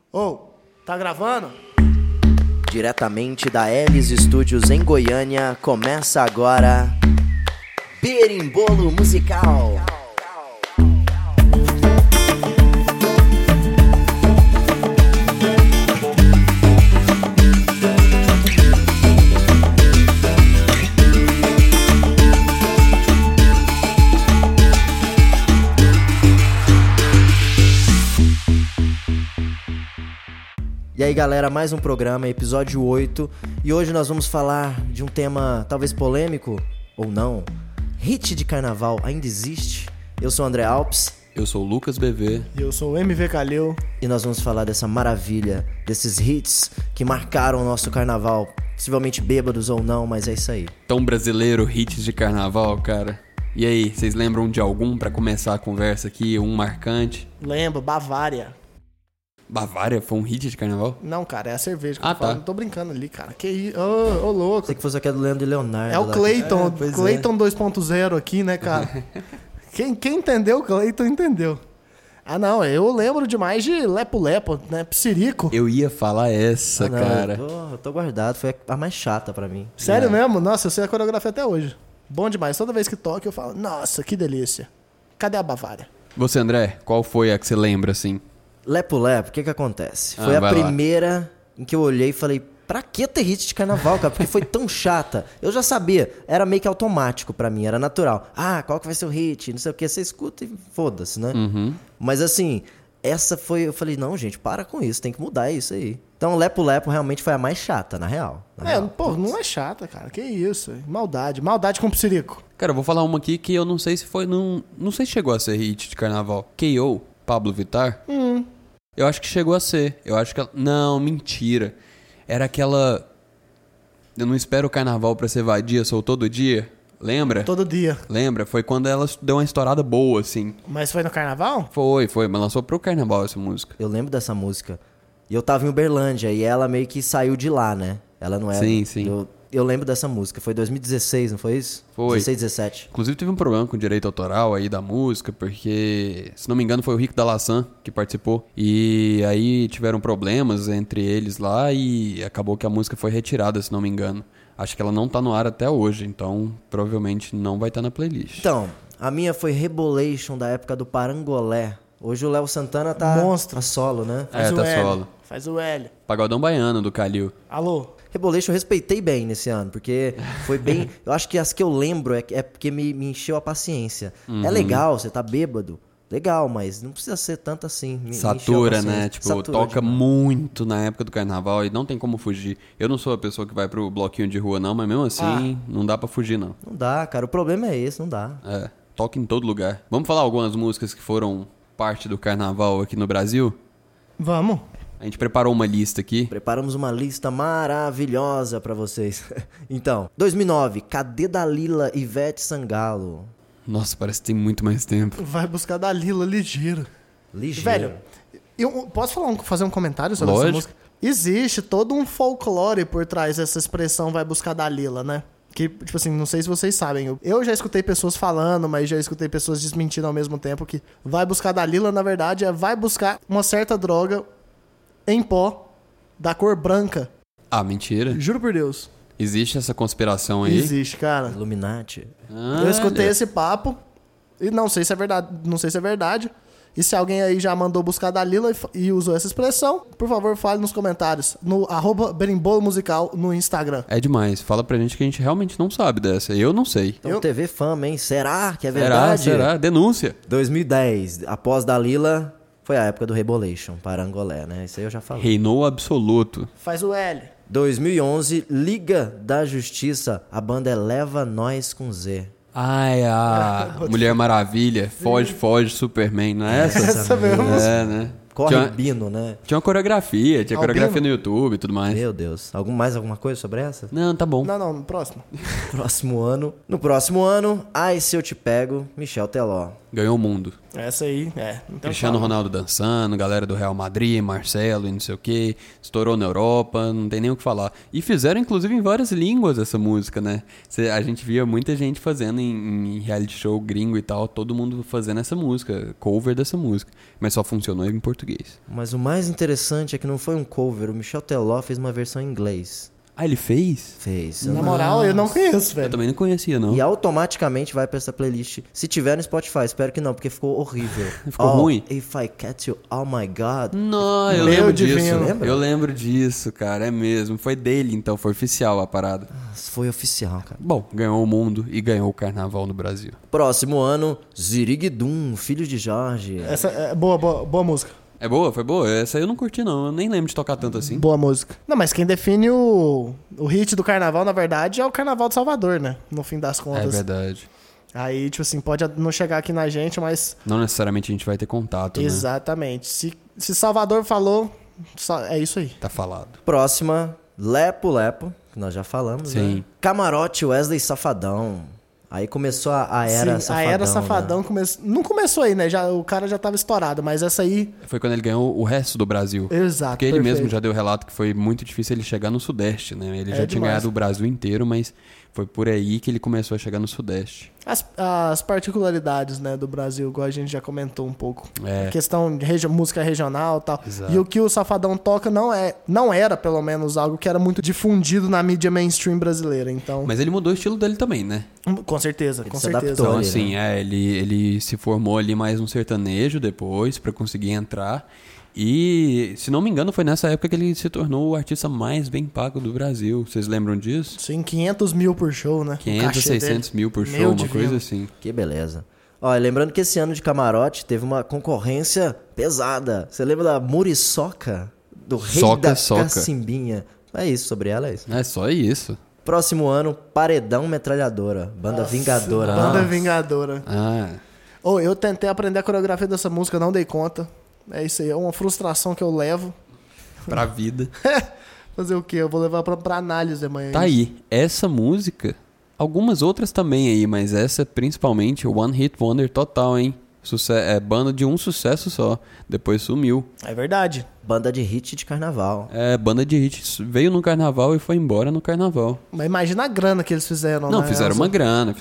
Ô, tá gravando? Diretamente da Elis Studios em Goiânia, começa agora Berimbolo Musical. E aí galera, mais um programa, episódio 8, e hoje nós vamos falar de um tema talvez polêmico, ou não. Hit de carnaval ainda existe? Eu sou o André Alpes. Eu sou o Lucas BV. E eu sou o MV Calil. E nós vamos falar dessa maravilha, desses hits que marcaram o nosso carnaval, possivelmente bêbados ou não, mas é isso aí. Tão brasileiro, hits de carnaval, cara. E aí, vocês lembram de algum pra começar a conversa aqui, um marcante? Lembro, Bavária. Bavária foi um hit de carnaval? Não, cara, é a cerveja que Ah, eu tô falando. tá. Não tô brincando ali, cara. Que isso? Ô, louco. Sei que fosse aquele do Leandro e Leonardo. É o lá. Clayton. Pois Clayton 2.0 aqui, né, cara? Quem entendeu o Clayton entendeu. Ah, não, eu lembro demais de Lepo Lepo, né? Psirico. Eu ia falar essa, Não, cara. Eu tô guardado, foi a mais chata pra mim. Sério mesmo? Nossa, eu sei a coreografia até hoje. Bom demais. Toda vez que toco eu falo, nossa, que delícia. Cadê a Bavária? Você, André, qual foi a que você lembra, assim? Lepo Lepo, o que acontece? Foi a vai lá. primeira em que eu olhei e falei, pra que ter hit de carnaval, cara? Porque foi tão chata. Eu já sabia, era meio que automático pra mim, era natural. Ah, qual que vai ser o hit? Não sei o que, você escuta e foda-se, né? Mas assim, essa foi, eu falei, não, gente, para com isso, tem que mudar isso aí. Então Lepo Lepo realmente foi a mais chata, na real. Pô, não é chata, cara. Que isso? Maldade. Maldade com o Psirico. Cara, eu vou falar uma aqui que eu não sei se foi... Não sei se chegou a ser hit de carnaval. K.O., Pablo Vittar? Eu acho que chegou a ser. Eu acho que ela... Não, mentira. Era aquela... Eu não espero o carnaval pra ser vadia, sou todo dia. Lembra? Todo dia. Lembra? Foi quando ela deu uma estourada boa, assim. Mas foi no carnaval? Foi. Mas lançou pro carnaval essa música. Eu lembro dessa música. E eu tava em Uberlândia e ela meio que saiu de lá, né? Ela não era... Sim. Eu lembro dessa música. Foi 2016, não foi isso? Foi. 16, 17. Inclusive teve um problema com o direito autoral aí da música, porque, se não me engano, foi o Rico da Laçã que participou. E aí tiveram problemas entre eles lá e acabou que a música foi retirada, se não me engano. Acho que ela não tá no ar até hoje, então provavelmente não vai estar na playlist. Então, a minha foi Rebolation da época do Parangolé. Hoje o Léo Santana tá Monstro. a solo, né? Faz o tá L. solo. Faz o L. Pagodão Baiano, do Calil. Alô? Rebolation eu respeitei bem nesse ano, porque foi bem... Eu acho que as que eu lembro é porque me encheu a paciência. É legal, você tá bêbado. Legal, mas não precisa ser tanto assim. Me encheu a Satura, paciência. né? Tipo, Satura toca demais. muito na época do carnaval e não tem como fugir. Eu não sou a pessoa que vai pro bloquinho de rua, não, mas mesmo assim, não dá pra fugir, não. Não dá, cara. O problema é esse, não dá. É, toca em todo lugar. Vamos falar algumas músicas que foram parte do carnaval aqui no Brasil? Vamos. A gente preparou uma lista aqui. Preparamos uma lista maravilhosa pra vocês. Então, 2009, Cadê Dalila e Ivete Sangalo? Nossa, parece que tem muito mais tempo. Vai buscar da Lila ligeiro. Ligeiro. Velho, eu posso fazer um comentário sobre essa Lógico. música? Existe todo um folclore por trás dessa expressão vai buscar da Lila, né? Que, tipo assim, não sei se vocês sabem. Eu já escutei pessoas falando, mas já escutei pessoas desmentindo ao mesmo tempo que vai buscar da Lila, na verdade, é vai buscar uma certa droga em pó da cor branca. Ah, mentira. Juro por Deus. Existe essa conspiração aí? Existe, cara. Illuminati. Eu escutei esse papo e não sei se é verdade. E se alguém aí já mandou buscar da Lila e usou essa expressão, por favor, fale nos comentários. No @berimbolo musical no Instagram. É demais. Fala pra gente que a gente realmente não sabe dessa. Eu não sei. Então, TV Fama, hein? Será que é verdade? Será? Denúncia. 2010, após Dalila, foi a época do Rebolation, Parangolé, né? Isso aí eu já falei. Reinou absoluto. Faz o L. 2011, Liga da Justiça, a banda é Leva Nós com Z. Ai, a Mulher Maravilha. Foge, Superman. Não é essa? Essa mesmo. É, né? Corre Tinha- Bino, né? Tinha uma coreografia. Tinha Albino? coreografia no YouTube e tudo mais. Meu Deus. Mais alguma coisa sobre essa? Não, tá bom. Não, no próximo. Próximo ano. No próximo ano, Ai Se Eu Te Pego, Michel Teló. Ganhou o mundo. Essa aí, não tem Cristiano como. Ronaldo dançando, galera do Real Madrid, Marcelo e não sei o que. Estourou na Europa, não tem nem o que falar. E fizeram, inclusive, em várias línguas essa música, né? A gente via muita gente fazendo em reality show gringo e tal, todo mundo fazendo essa música, cover dessa música. Mas só funcionou em português. Mas o mais interessante é que não foi um cover, o Michel Teló fez uma versão em inglês. Ah, ele fez? Fez. Na moral, eu não conheço, Eu velho. também não conhecia, não. E automaticamente vai pra essa playlist. Se tiver no Spotify, espero que não, porque ficou horrível. Ficou ruim? If I catch you, oh my God. Não, eu Meu lembro divino. disso. Lembra? Eu lembro disso, cara, é mesmo. Foi dele, então, foi oficial a parada. Foi oficial, cara. Bom, ganhou o mundo e ganhou o carnaval no Brasil. Próximo ano, Ziriguidum, Filho de Jorge. Essa é boa música. É boa? Foi boa? Essa aí eu não curti, não. Eu nem lembro de tocar tanto assim. Boa música. Não, mas quem define o hit do carnaval, na verdade, é o Carnaval de Salvador, né? No fim das É contas. verdade. Aí, tipo assim, pode não chegar aqui na gente, mas... Não necessariamente a gente vai ter contato, né? Exatamente. Se Salvador falou, é isso aí. Tá falado. Próxima, Lepo Lepo, que nós já falamos, Sim. né? Camarote Wesley Safadão. Aí começou a era Sim, Safadão. a era Safadão né? não começou aí, né? O cara já tava estourado, mas essa aí... Foi quando ele ganhou o resto do Brasil. Exato, Porque ele perfeito. mesmo já deu relato que foi muito difícil ele chegar no Sudeste, né? Ele já tinha demais. ganhado o Brasil inteiro, mas foi por aí que ele começou a chegar no Sudeste. As particularidades, né, do Brasil, igual a gente já comentou um pouco. É. A questão de música regional e tal. Exato. E o que o Safadão toca não era, pelo menos, algo que era muito difundido na mídia mainstream brasileira. Então, Mas ele mudou o estilo dele também, né? com certeza, com se certeza. adaptou. Então, ali, assim, ele se formou ali mais no sertanejo depois pra conseguir entrar. E, se não me engano, foi nessa época que ele se tornou o artista mais bem pago do Brasil. Vocês lembram disso? Sim, 500 mil por show, né? O 500, cachê 600 dele. mil por show, Meu uma divino. coisa assim. Que beleza. Ó, e lembrando que esse ano de camarote teve uma concorrência pesada. Você lembra da Muriçoca? Do rei Soca, da soca. Cacimbinha. É isso, sobre ela é isso. É só isso. Próximo ano, Paredão Metralhadora. Banda Vingadora. Banda Vingadora. Ah, Eu tentei aprender a coreografia dessa música, não dei conta. É isso aí, é uma frustração que eu levo. pra vida. Fazer o quê? Eu vou levar pra análise amanhã. Tá aí. Essa música, algumas outras também aí, mas essa principalmente, One Hit Wonder total, hein? É banda de um sucesso só. Depois sumiu. É verdade. Banda de hit de carnaval. É, banda de hit veio no carnaval e foi embora no carnaval. Mas imagina a grana que eles fizeram, Não, né? fizeram uma grana.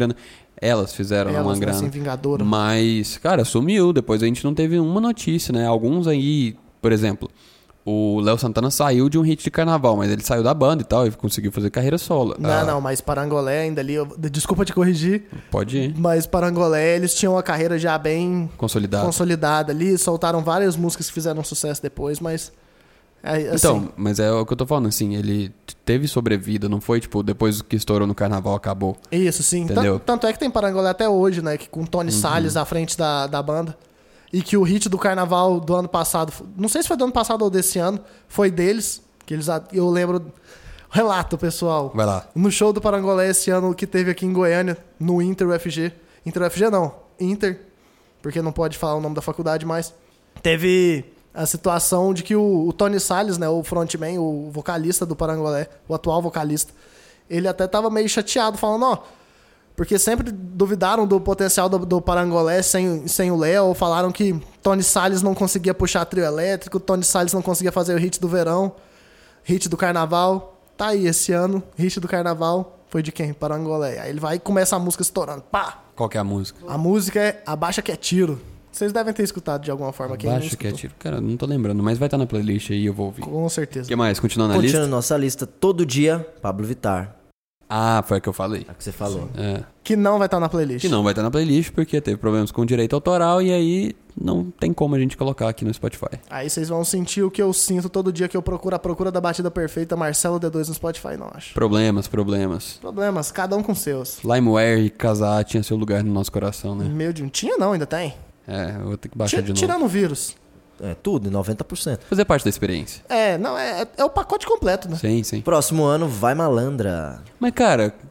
Elas fizeram uma Elas, né, grana. assim, Vingadora. Mas, cara, sumiu. Depois a gente não teve uma notícia, né? Alguns aí, por exemplo, o Léo Santana saiu de um hit de carnaval, mas ele saiu da banda e tal, e conseguiu fazer carreira solo. Não, mas Parangolé ainda ali... Desculpa te corrigir, Pode ir. mas Parangolé, eles tinham uma carreira já bem Consolidado. consolidada ali, soltaram várias músicas que fizeram sucesso depois, mas... assim, Então, mas é o que eu tô falando, assim, ele teve sobrevida, não foi, tipo, depois que estourou no carnaval, acabou. Isso, sim. Entendeu? Tanto é que tem Parangolé até hoje, né? Que com Tony Salles à frente da banda. E que o hit do carnaval do ano passado, não sei se foi do ano passado ou desse ano, foi deles. Que eu lembro. Relato, pessoal. Vai lá. No show do Parangolé esse ano que teve aqui em Goiânia, no Inter UFG. Inter UFG não, Inter, porque não pode falar o nome da faculdade, mas teve a situação de que o Tony Salles, né, o frontman, o vocalista do Parangolé, o atual vocalista, ele até tava meio chateado, falando, ó, porque sempre duvidaram do potencial do Parangolé sem o Léo, falaram que Tony Salles não conseguia puxar trio elétrico, Tony Salles não conseguia fazer o hit do verão, hit do carnaval. Tá aí, esse ano, hit do carnaval foi de quem? Parangolé. Aí ele vai e começa a música estourando. Pá! Qual que é a música? A música é Abaixa que é Tiro. Vocês devem ter escutado de alguma forma. Quem não Baixa que é escutou. tiro. Cara, não tô lembrando, mas vai estar na playlist aí, eu vou ouvir. Com O certeza. que mais? Continuando na Continuando lista? nossa lista, todo dia, Pablo Vittar. Ah, foi o que eu falei. É o que você falou. É. Que não vai estar na playlist. Que não vai estar na playlist porque teve problemas com direito autoral e aí não tem como a gente colocar aqui no Spotify. Aí vocês vão sentir o que eu sinto todo dia que eu procuro a procura da batida perfeita Marcelo D2 no Spotify, não acho. Problemas. Problemas, cada um com seus. LimeWare e Casar tinha seu lugar no nosso coração, né? Meu Deus, tinha não, ainda tem. É, eu vou ter que baixar de novo. Tirando o vírus. É, tudo, 90%. Fazer parte da experiência. Não, é o pacote completo, né? Sim, sim. Próximo ano, Vai Malandra. Mas, cara,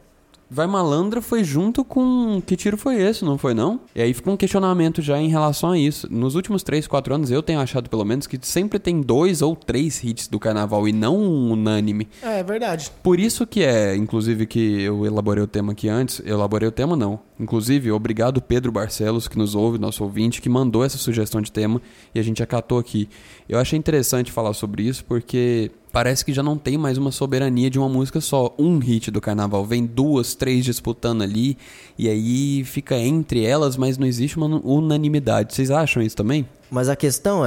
Vai Malandra foi junto com Que Tiro Foi Esse, não foi não? E aí fica um questionamento já em relação a isso. Nos últimos 3, 4 anos eu tenho achado pelo menos que sempre tem 2 ou 3 hits do carnaval e não um unânime. É verdade. Por isso que inclusive que eu elaborei o tema aqui antes. Eu elaborei o tema não. Inclusive, obrigado Pedro Barcelos, que nos ouve, nosso ouvinte, que mandou essa sugestão de tema e a gente acatou aqui. Eu achei interessante falar sobre isso porque parece que já não tem mais uma soberania de uma música só. Um hit do carnaval. Vem 2, 3 disputando ali e aí fica entre elas, mas não existe uma unanimidade. Vocês acham isso também? Mas a questão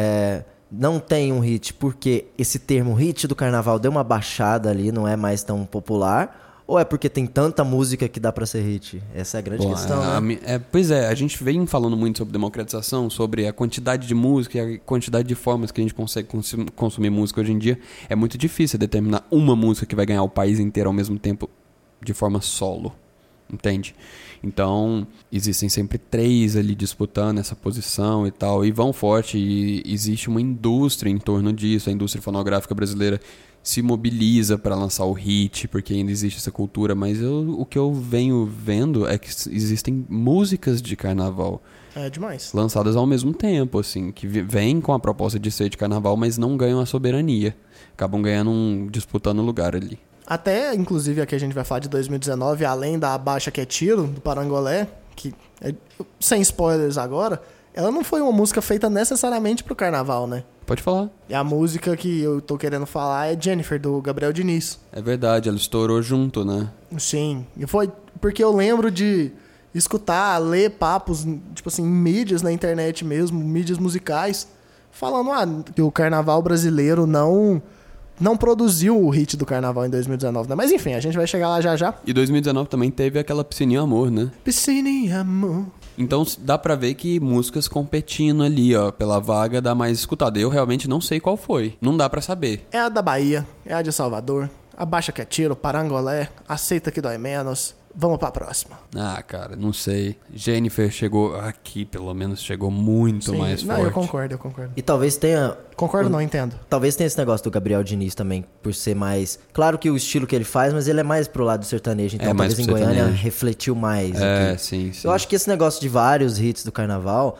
não tem um hit porque esse termo hit do carnaval deu uma baixada ali, não é mais tão popular, ou é porque tem tanta música que dá pra ser hit? Essa é a grande questão, né? Pois é, a gente vem falando muito sobre democratização, sobre a quantidade de música e a quantidade de formas que a gente consegue consumir música hoje em dia. É muito difícil determinar uma música que vai ganhar o país inteiro ao mesmo tempo de forma solo, entende? Então, existem sempre 3 ali disputando essa posição e tal, e vão forte, e existe uma indústria em torno disso, a indústria fonográfica brasileira se mobiliza para lançar o hit, porque ainda existe essa cultura, mas o que eu venho vendo é que existem músicas de carnaval É demais. lançadas ao mesmo tempo, assim, que vêm com a proposta de ser de carnaval, mas não ganham a soberania. Acabam ganhando disputando lugar ali. Até, inclusive, aqui a gente vai falar de 2019, além da Abaixa Que É Tiro, do Parangolé, que, sem spoilers agora, ela não foi uma música feita necessariamente pro carnaval, né? Pode falar. E a música que eu tô querendo falar é Jennifer, do Gabriel Diniz. É verdade, ela estourou junto, né? Sim, e foi porque eu lembro de escutar, ler papos, tipo assim, em mídias na internet mesmo, mídias musicais, falando que o carnaval brasileiro não produziu o hit do carnaval em 2019, né? Mas enfim, a gente vai chegar lá já já. E 2019 também teve aquela Piscininha Amor, né? Piscininha Amor. Então dá pra ver que músicas competindo ali, ó, pela vaga da mais escutada. Eu realmente não sei qual foi. Não dá pra saber. É a da Bahia, é a de Salvador, Abaixa Que É Tiro, Parangolé, Aceita Que Dói Menos. Vamos pra próxima. Ah, cara, não sei. Jennifer chegou aqui, pelo menos chegou muito Sim, mais não, forte. eu concordo. E talvez tenha... Concordo não, entendo. Talvez tenha esse negócio do Gabriel Diniz também, por ser mais... Claro que o estilo que ele faz, mas ele é mais pro lado do sertanejo. Então mais talvez em pro Goiânia sertanejo. refletiu mais. É, aqui. sim. Eu acho que esse negócio de vários hits do carnaval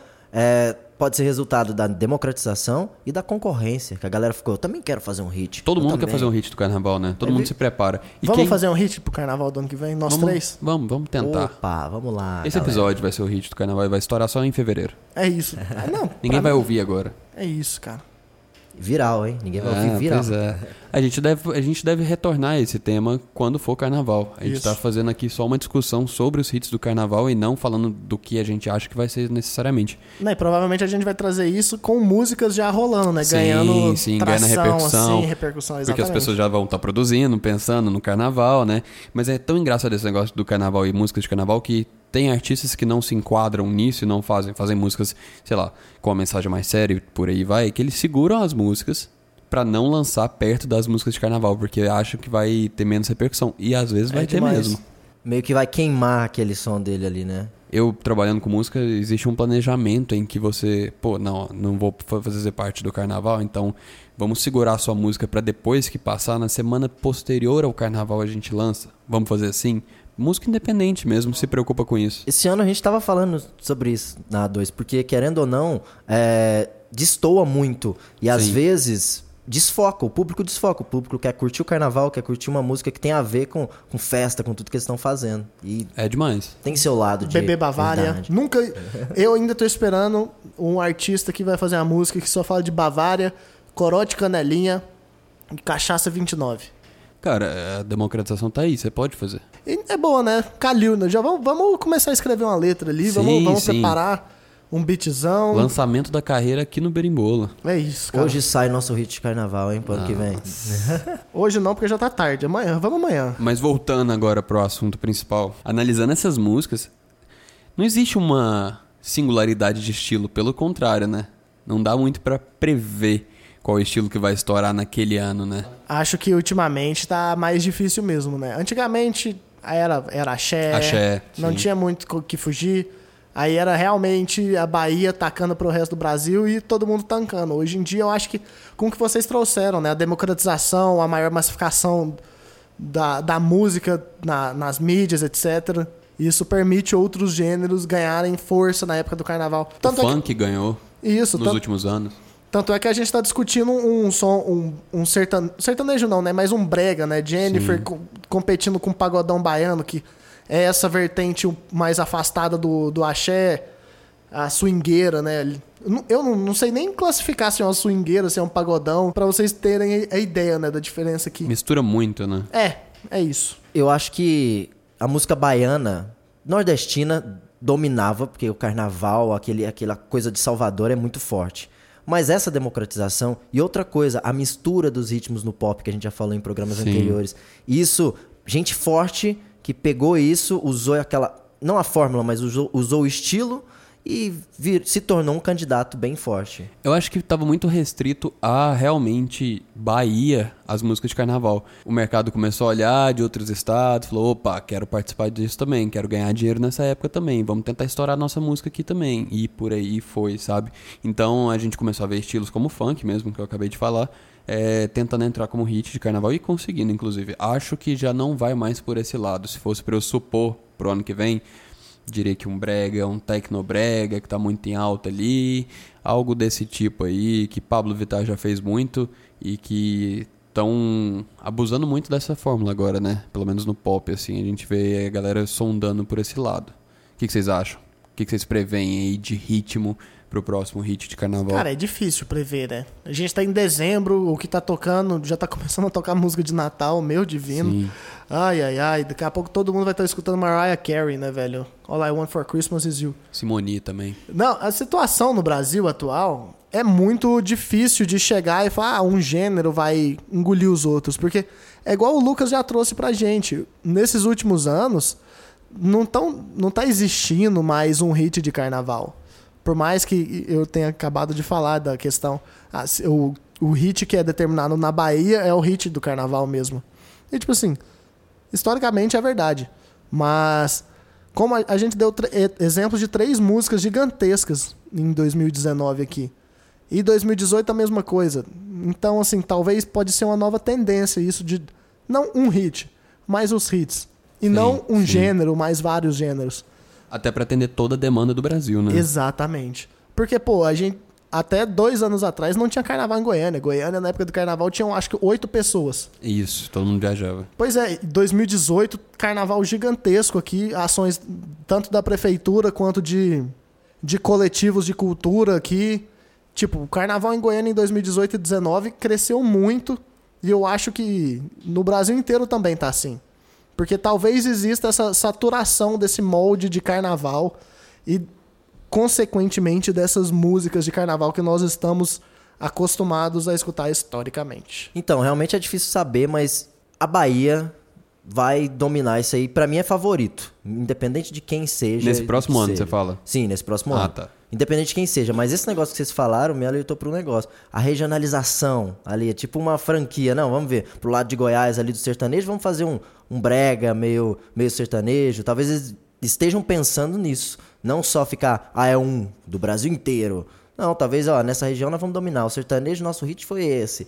pode ser resultado da democratização e da concorrência. Que a galera ficou, eu também quero fazer um hit. Todo mundo também. quer fazer um hit do carnaval, né? Todo mundo se prepara. E Vamos fazer um hit pro carnaval do ano que vem? Nós três? Vamos tentar. Opa, vamos lá. Esse galera. episódio vai ser o hit do carnaval e vai estourar só em fevereiro. É isso. Não, Ninguém pra vai mim, ouvir agora. É isso, cara. Viral, hein? Ninguém vai ouvir viral. Pois é. A gente deve retornar a esse tema quando for carnaval. A gente Isso. tá fazendo aqui só uma discussão sobre os hits do carnaval e não falando do que a gente acha que vai ser necessariamente. Né, e provavelmente a gente vai trazer isso com músicas já rolando, né? Ganhando Sim, tração, ganhando repercussão. assim, repercussão, exatamente. Porque as pessoas já vão estar produzindo, pensando no carnaval, né? Mas é tão engraçado esse negócio do carnaval e músicas de carnaval que tem artistas que não se enquadram nisso e não fazem músicas, sei lá, com uma mensagem mais séria e por aí vai, que eles seguram as músicas pra não lançar perto das músicas de carnaval, porque acham que vai ter menos repercussão. E às vezes vai ter demais. mesmo. Meio que vai queimar aquele som dele ali, né? Eu, trabalhando com música, existe um planejamento em que você... Pô, não vou fazer parte do carnaval, então vamos segurar a sua música pra depois que passar, na semana posterior ao carnaval a gente lança. Vamos fazer assim? Música independente mesmo, se preocupa com isso. Esse ano a gente tava falando sobre isso na A2, porque querendo ou não, destoa muito. E às Sim. vezes desfoca, o público quer curtir o carnaval, quer curtir uma música que tem a ver com festa, com tudo que eles estão fazendo. E É demais. tem seu lado de Bebê Bavária. verdade. Nunca. Eu ainda tô esperando um artista que vai fazer uma música que só fala de Bavária, corote canelinha e cachaça 29. Cara, a democratização tá aí, você pode fazer. E é boa, né? Calil, né? Já vamos começar a escrever uma letra ali, Sim, vamos sim. preparar um beatzão. Lançamento da carreira aqui no Berimbola. É isso, cara. Hoje sai nosso hit de carnaval, hein, pro ano que vem. Hoje não, porque já tá tarde. Amanhã, vamos amanhã. Mas voltando agora pro assunto principal, analisando essas músicas, não existe uma singularidade de estilo, pelo contrário, né? Não dá muito pra prever qual estilo que vai estourar naquele ano, né? Acho que ultimamente tá mais difícil mesmo, né? Antigamente era axé, não sim. tinha muito o que fugir. Aí era realmente a Bahia tacando pro resto do Brasil e todo mundo tancando. Hoje em dia eu acho que com o que vocês trouxeram, né? A democratização, a maior massificação da música nas mídias, etc. Isso permite outros gêneros ganharem força na época do carnaval. O funk ganhou isso, nos últimos anos. Tanto é que a gente tá discutindo um sertanejo não, né? Mas um brega, né? Jennifer competindo com o pagodão baiano, que é essa vertente mais afastada do axé, a swingueira, né? Eu não sei nem classificar se é uma swingueira, se é um pagodão, pra vocês terem a ideia, né? Da diferença aqui. Mistura muito, né? É isso. Eu acho que a música baiana, nordestina, dominava, porque o carnaval, aquela coisa de Salvador é muito forte. Mas essa democratização e outra coisa, a mistura dos ritmos no pop, que a gente já falou em programas anteriores. Isso, gente forte que pegou isso, usou aquela... Não a fórmula, mas usou o estilo e se tornou um candidato bem forte. Eu acho que estava muito restrito a realmente Bahia, as músicas de carnaval. O mercado começou a olhar de outros estados, falou, opa, quero participar disso também, quero ganhar dinheiro nessa época também, vamos tentar estourar nossa música aqui também. E por aí foi, sabe? Então a gente começou a ver estilos como funk mesmo, que eu acabei de falar, tentando entrar como hit de carnaval e conseguindo, inclusive. Acho que já não vai mais por esse lado. Se fosse para eu supor pro ano que vem, diria que um brega, um tecnobrega que tá muito em alta ali, algo desse tipo aí, que Pablo Vittar já fez muito e que estão abusando muito dessa fórmula agora, né? Pelo menos no pop, assim, a gente vê a galera sondando por esse lado. O que vocês acham? O que vocês preveem aí de ritmo pro próximo hit de carnaval? Cara, é difícil prever, né? A gente tá em dezembro, o que tá tocando, já tá começando a tocar música de Natal, meu divino. Sim. Ai, daqui a pouco todo mundo vai estar escutando Mariah Carey, né, velho? All I Want for Christmas is You. Simone também. Não, a situação no Brasil atual é muito difícil de chegar e falar, um gênero vai engolir os outros, porque é igual o Lucas já trouxe pra gente. Nesses últimos anos, não tá existindo mais um hit de carnaval. Por mais que eu tenha acabado de falar da questão, o hit que é determinado na Bahia é o hit do carnaval mesmo. E tipo assim, historicamente é verdade. Mas como a gente deu exemplos de 3 músicas gigantescas em 2019 aqui. E 2018 a mesma coisa. Então assim, talvez pode ser uma nova tendência isso de não um hit, mas os hits. E não um gênero, mas vários gêneros. Até pra atender toda a demanda do Brasil, né? Exatamente. Porque, a gente até 2 anos atrás não tinha carnaval em Goiânia. Goiânia, na época do carnaval, tinham acho que 8 pessoas. Isso, todo mundo viajava. Pois é, 2018, carnaval gigantesco aqui, ações tanto da prefeitura quanto de coletivos de cultura aqui. Tipo, o carnaval em Goiânia em 2018 e 2019 cresceu muito. E eu acho que no Brasil inteiro também tá assim. Porque talvez exista essa saturação desse molde de carnaval e, consequentemente, dessas músicas de carnaval que nós estamos acostumados a escutar historicamente. Então, realmente é difícil saber, mas a Bahia vai dominar isso aí. Pra mim é favorito, independente de quem seja. Nesse próximo ano, você fala? Sim, nesse próximo ano. Tá. Independente de quem seja. Mas esse negócio que vocês falaram me alertou para um negócio. A regionalização ali, é tipo uma franquia. Não, vamos ver. Pro lado de Goiás, ali do sertanejo, vamos fazer um brega meio sertanejo. Talvez eles estejam pensando nisso. Não só ficar, é um do Brasil inteiro. Não, talvez, nessa região nós vamos dominar. O sertanejo, nosso hit foi esse.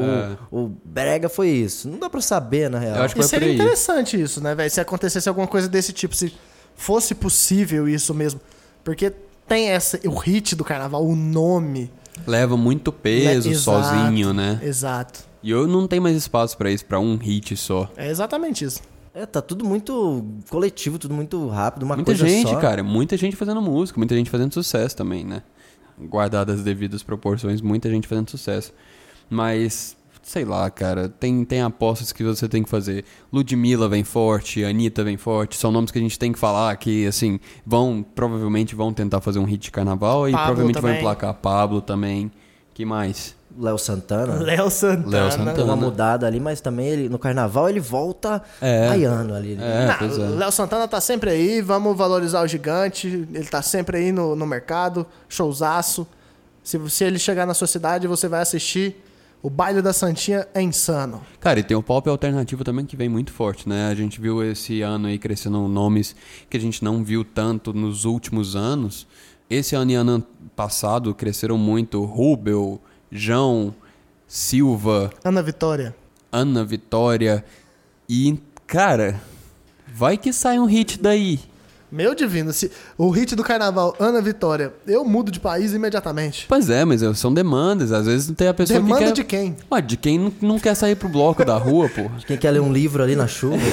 O brega foi isso. Não dá pra saber, na real. Eu acho que e seria interessante isso, né, velho? Se acontecesse alguma coisa desse tipo, se fosse possível isso mesmo. Porque tem o hit do carnaval, o nome. Leva muito peso sozinho, né? Exato. E eu não tenho mais espaço pra isso, pra um hit só. É exatamente isso. Tá tudo muito coletivo, tudo muito rápido, uma muita coisa gente, só. Cara, muita gente fazendo música, muita gente fazendo sucesso também, né? Guardadas as devidas proporções, muita gente fazendo sucesso. Mas, sei lá, cara, tem apostas que você tem que fazer. Ludmilla vem forte, Anitta vem forte, são nomes que a gente tem que falar que, assim, provavelmente vão tentar fazer um hit de carnaval e Pablo provavelmente também. vão emplacar Pablo também. Que mais? Léo Santana. Léo Santana. Tem uma mudada ali, mas também ele, no carnaval ele volta baiano ali. Pois é. Léo Santana tá sempre aí, vamos valorizar o gigante. Ele tá sempre aí no mercado, showzaço. Se ele chegar na sua cidade, você vai assistir. O baile da Santinha é insano. Cara, e tem o pop alternativo também que vem muito forte, né? A gente viu esse ano aí crescendo nomes que a gente não viu tanto nos últimos anos. Esse ano e ano passado cresceram muito Rubel, João, Silva, Ana Vitória. Ana Vitória. E, cara, vai que sai um hit daí. Meu divino, se o hit do carnaval, Ana Vitória, eu mudo de país imediatamente. Pois é, mas são demandas. Às vezes não tem a pessoa Demanda que quer... de quem? Ué, de quem não quer sair pro bloco da rua, pô. Quem quer ler um livro ali na chuva e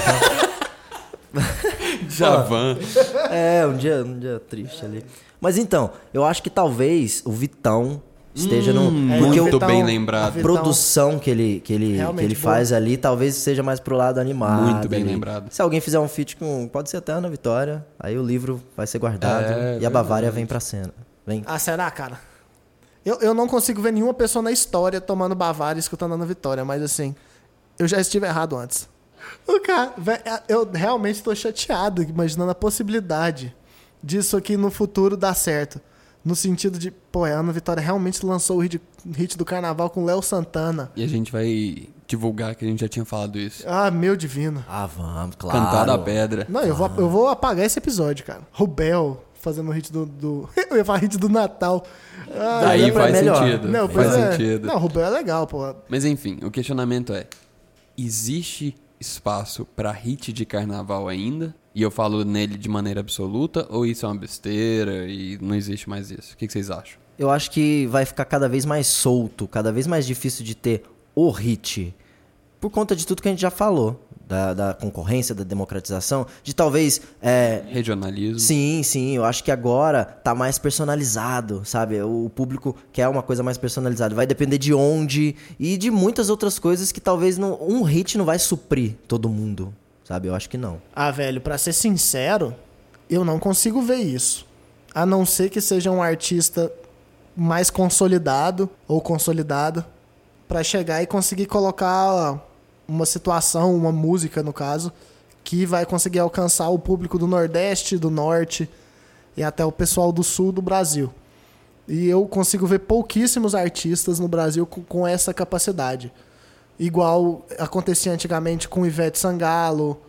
tal. Djavan. Um dia triste ali. Mas então, eu acho que talvez o Vitão esteja no... Porque muito o, bem a lembrado. Vitão- produção que ele Realmente faz ali talvez seja mais pro lado animado. Muito bem ali. lembrado. Se alguém fizer um feat com... Pode ser até a Ana Vitória, aí o livro vai ser guardado e a verdade. Bavária vem pra cena. Vem. Ah, será, cara? Eu não consigo ver nenhuma pessoa na história tomando Bavária e escutando Ana Vitória, mas assim, eu já estive errado antes. O cara, eu realmente tô chateado imaginando a possibilidade disso aqui no futuro dar certo. No sentido de, pô, a Ana Vitória realmente lançou o hit do carnaval com Léo Santana. E a gente vai divulgar que a gente já tinha falado isso. Ah, meu divino. Ah, vamos, claro. Cantar da pedra. Não, eu vou apagar esse episódio, cara. Rubel fazendo o hit do eu ia falar hit do Natal. Ah, Daí pra faz melhor. sentido. não, faz pois é. sentido. Não, Rubel é legal, pô. Mas enfim, o questionamento é: existe espaço pra hit de carnaval ainda? E eu falo nele de maneira absoluta? Ou isso é uma besteira e não existe mais isso? O que vocês acham? Eu acho que vai ficar cada vez mais solto, cada vez mais difícil de ter o hit. Por conta de tudo que a gente já falou. Da concorrência, da democratização. De talvez... Regionalismo. Sim, eu acho que agora tá mais personalizado, sabe? O público quer uma coisa mais personalizada. Vai depender de onde e de muitas outras coisas que talvez um hit não vai suprir todo mundo, sabe? Eu acho que não. Ah, velho, pra ser sincero, eu não consigo ver isso. A não ser que seja um artista mais consolidado ou consolidada pra chegar e conseguir colocar uma situação, uma música, no caso, que vai conseguir alcançar o público do Nordeste, do Norte e até o pessoal do Sul do Brasil. E eu consigo ver pouquíssimos artistas no Brasil com essa capacidade. Igual acontecia antigamente com Ivete Sangalo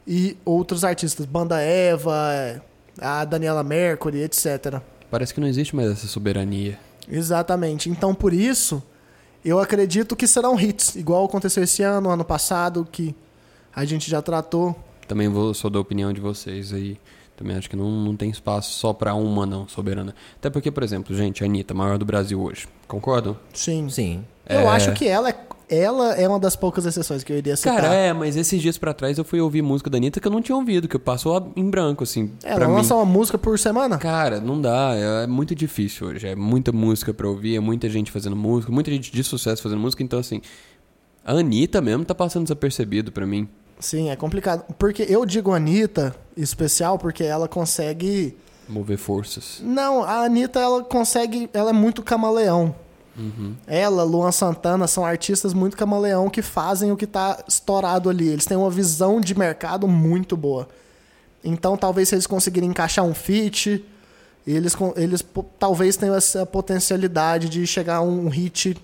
e outros artistas, Banda Eva, a Daniela Mercury, etc. Parece que não existe mais essa soberania. Exatamente. Então, por isso, eu acredito que serão hits, igual aconteceu esse ano passado, que a gente já tratou. Também sou da opinião de vocês aí. Também acho que não tem espaço só pra uma, não, soberana. Até porque, por exemplo, gente, a Anitta, maior do Brasil hoje. Concordam? Sim. Sim. Eu acho que ela é uma das poucas exceções que eu iria citar. Cara, mas esses dias pra trás eu fui ouvir música da Anitta que eu não tinha ouvido, que passou em branco, assim, Ela pra mim. lança uma música por semana? Cara, não dá, é muito difícil hoje. É muita música pra ouvir, é muita gente fazendo música, muita gente de sucesso fazendo música. Então, assim, a Anitta mesmo tá passando desapercebido pra mim. Sim, é complicado. Porque eu digo Anitta especial porque ela consegue... Mover forças. Não, a Anitta, ela consegue... Ela é muito camaleão. Ela, Luan Santana, são artistas muito camaleão que fazem o que tá estourado ali. Eles têm uma visão de mercado muito boa. Então, talvez se eles conseguirem encaixar um feat, eles talvez tenham essa potencialidade de chegar a um hit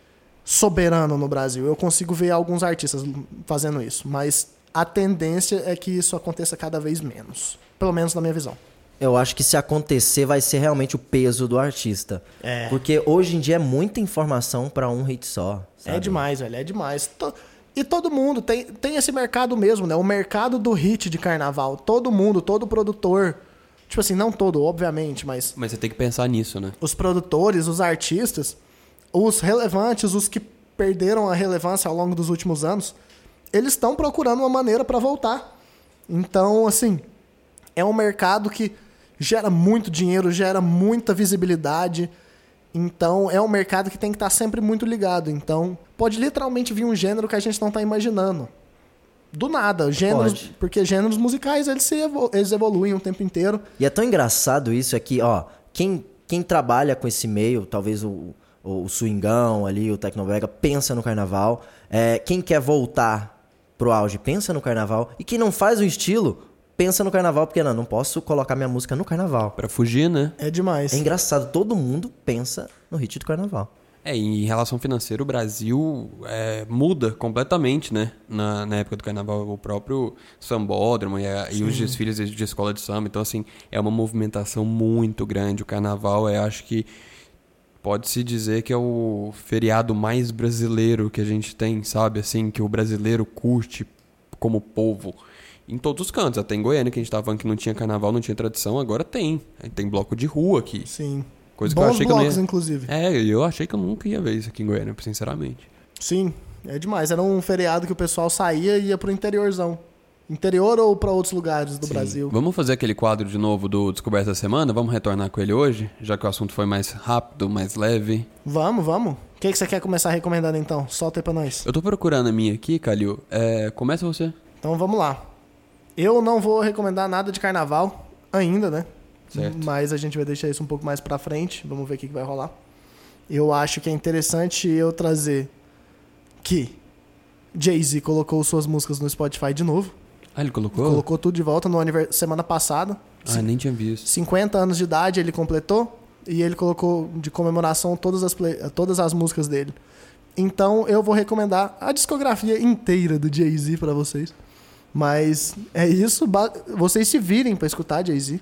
soberano no Brasil. Eu consigo ver alguns artistas fazendo isso, mas a tendência é que isso aconteça cada vez menos. Pelo menos na minha visão. Eu acho que se acontecer vai ser realmente o peso do artista. É. Porque hoje em dia é muita informação pra um hit só. Sabe? É demais, velho, é demais. E todo mundo tem esse mercado mesmo, né? O mercado do hit de carnaval. Todo mundo, todo produtor. Tipo assim, não todo, obviamente, mas Mas você tem que pensar nisso, né? os produtores, os artistas, os relevantes, os que perderam a relevância ao longo dos últimos anos, eles estão procurando uma maneira pra voltar. Então, assim, é um mercado que gera muito dinheiro, gera muita visibilidade. Então, é um mercado que tem que estar sempre muito ligado. Então, pode literalmente vir um gênero que a gente não está imaginando. Do nada. Gêneros, porque gêneros musicais, eles evoluem o tempo inteiro. E é tão engraçado isso aqui, ó. Quem trabalha com esse meio, talvez o swingão ali, o tecnobrega, pensa no carnaval. Quem quer voltar pro auge, pensa no carnaval. E quem não faz o estilo, pensa no carnaval, porque não posso colocar minha música no carnaval. Pra fugir, né? É demais. É engraçado, todo mundo pensa no hit do carnaval. Em relação financeira, o Brasil muda completamente, né? Na época do carnaval, o próprio sambódromo e os desfiles de escola de samba. Então, assim, é uma movimentação muito grande. O carnaval, acho que pode-se dizer que é o feriado mais brasileiro que a gente tem, sabe? Assim, que o brasileiro curte como povo. Em todos os cantos, até em Goiânia, que a gente tava falando que não tinha carnaval, não tinha tradição, agora tem. Tem bloco de rua aqui. Sim. Coisa Bons que eu achei blocos, que eu não ia... inclusive. Eu achei que eu nunca ia ver isso aqui em Goiânia, sinceramente. Sim, é demais. Era um feriado que o pessoal saía e ia pro interiorzão. Interior ou pra outros lugares do Brasil. Vamos fazer aquele quadro de novo do Descoberta da Semana? Vamos retornar com ele hoje? Já que o assunto foi mais rápido, mais leve. Vamos. O que você quer começar recomendando então? Solta aí pra nós. Eu tô procurando a minha aqui, Calil. Começa você. Então vamos lá. Eu não vou recomendar nada de carnaval ainda, né? Certo. Mas a gente vai deixar isso um pouco mais pra frente. Vamos ver o que vai rolar. Eu acho que é interessante eu trazer que Jay-Z colocou suas músicas no Spotify de novo. Ah, ele colocou? Colocou tudo de volta no semana passada. Nem tinha visto. 50 anos de idade ele completou e ele colocou de comemoração todas as músicas dele. Então eu vou recomendar a discografia inteira do Jay-Z pra vocês. Mas é isso, vocês se virem pra escutar Jay-Z.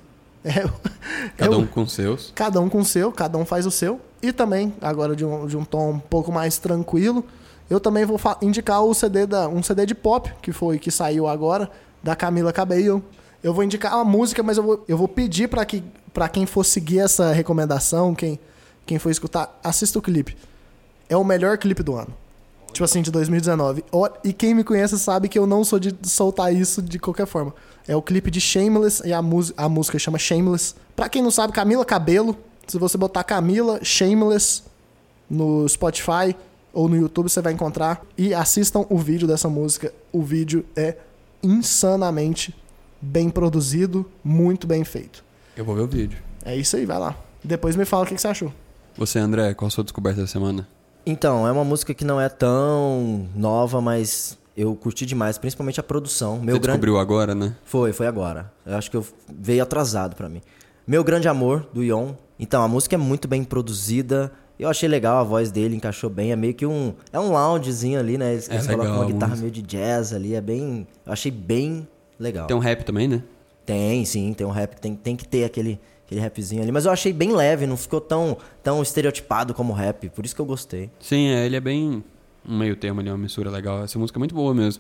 Cada um com seus. Cada um com o seu, cada um faz o seu. E também, agora de um tom um pouco mais tranquilo, eu também vou indicar um CD de pop que saiu agora, da Camila Cabello. Eu vou indicar a música, mas eu vou pedir pra quem for seguir essa recomendação, quem for escutar, assista o clipe. É o melhor clipe do ano. Tipo assim, de 2019. E quem me conhece sabe que eu não sou de soltar isso de qualquer forma. É o clipe de Shameless, e a música chama Shameless. Pra quem não sabe, Camila Cabello. Se você botar Camila Shameless no Spotify ou no YouTube, você vai encontrar. E assistam o vídeo dessa música. O vídeo é insanamente bem produzido, muito bem feito. Eu vou ver o vídeo. É isso aí, vai lá. Depois me fala o que você achou. Você, André, qual a sua descoberta da semana? Então, é uma música que não é tão nova, mas eu curti demais, principalmente a produção. Você descobriu agora, né? Foi agora. Eu acho que veio atrasado pra mim. Meu Grande Amor, do Yon. Então, a música é muito bem produzida. Eu achei legal, a voz dele encaixou bem. É meio que um loungezinho ali, né? Eles colocam uma guitarra meio de jazz ali. Eu achei bem legal. Tem um rap também, né? Tem, sim. Tem um rap. Tem que ter aquele rapzinho ali. Mas eu achei bem leve, não ficou tão estereotipado como rap. Por isso que eu gostei. Sim, ele é bem um meio termo ali, uma mistura legal. Essa música é muito boa mesmo.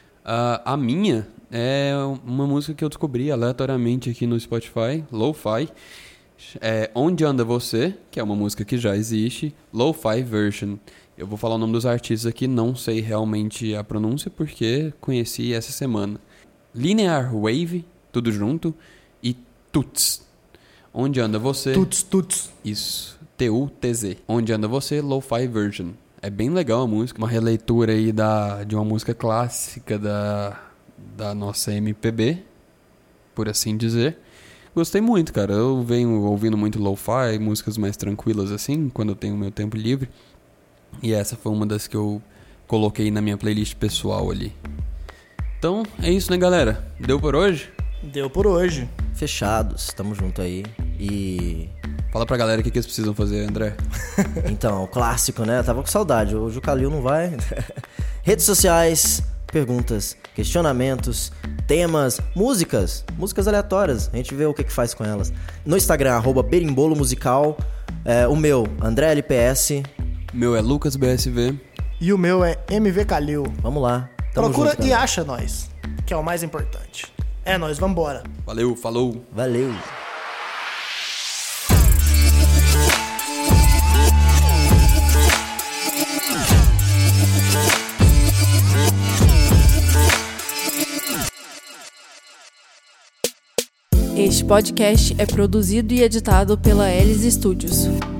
A minha é uma música que eu descobri aleatoriamente aqui no Spotify, Lo-Fi. Onde Anda Você, que é uma música que já existe, Lo-Fi Version. Eu vou falar o nome dos artistas aqui, não sei realmente a pronúncia, porque conheci essa semana. Linear Wave, tudo junto, e Tuts. Onde Anda Você... Tuts. Isso, T-U-T-Z. Onde Anda Você, Lo-Fi Version. É bem legal a música, uma releitura aí de uma música clássica da nossa MPB, por assim dizer. Gostei muito, cara. Eu venho ouvindo muito lo-fi, músicas mais tranquilas assim, quando eu tenho meu tempo livre. E essa foi uma das que eu coloquei na minha playlist pessoal ali. Então, é isso, né, galera? Deu por hoje? Deu por hoje. Fechados, tamo junto aí. E... Fala pra galera o que eles precisam fazer, André. Então, o clássico, né? Eu tava com saudade. Hoje o Calil não vai. Redes sociais, perguntas, questionamentos, temas, músicas aleatórias. A gente vê o que faz com elas. No Instagram, @berimbolomusical. O meu, André LPS. O meu é Lucas BSV. E o meu é MV Calil. Vamos lá. Tamo Procura junto, e acha nós, que é o mais importante. É nóis, vambora. Valeu, falou. Valeu. Este podcast é produzido e editado pela Elis Studios.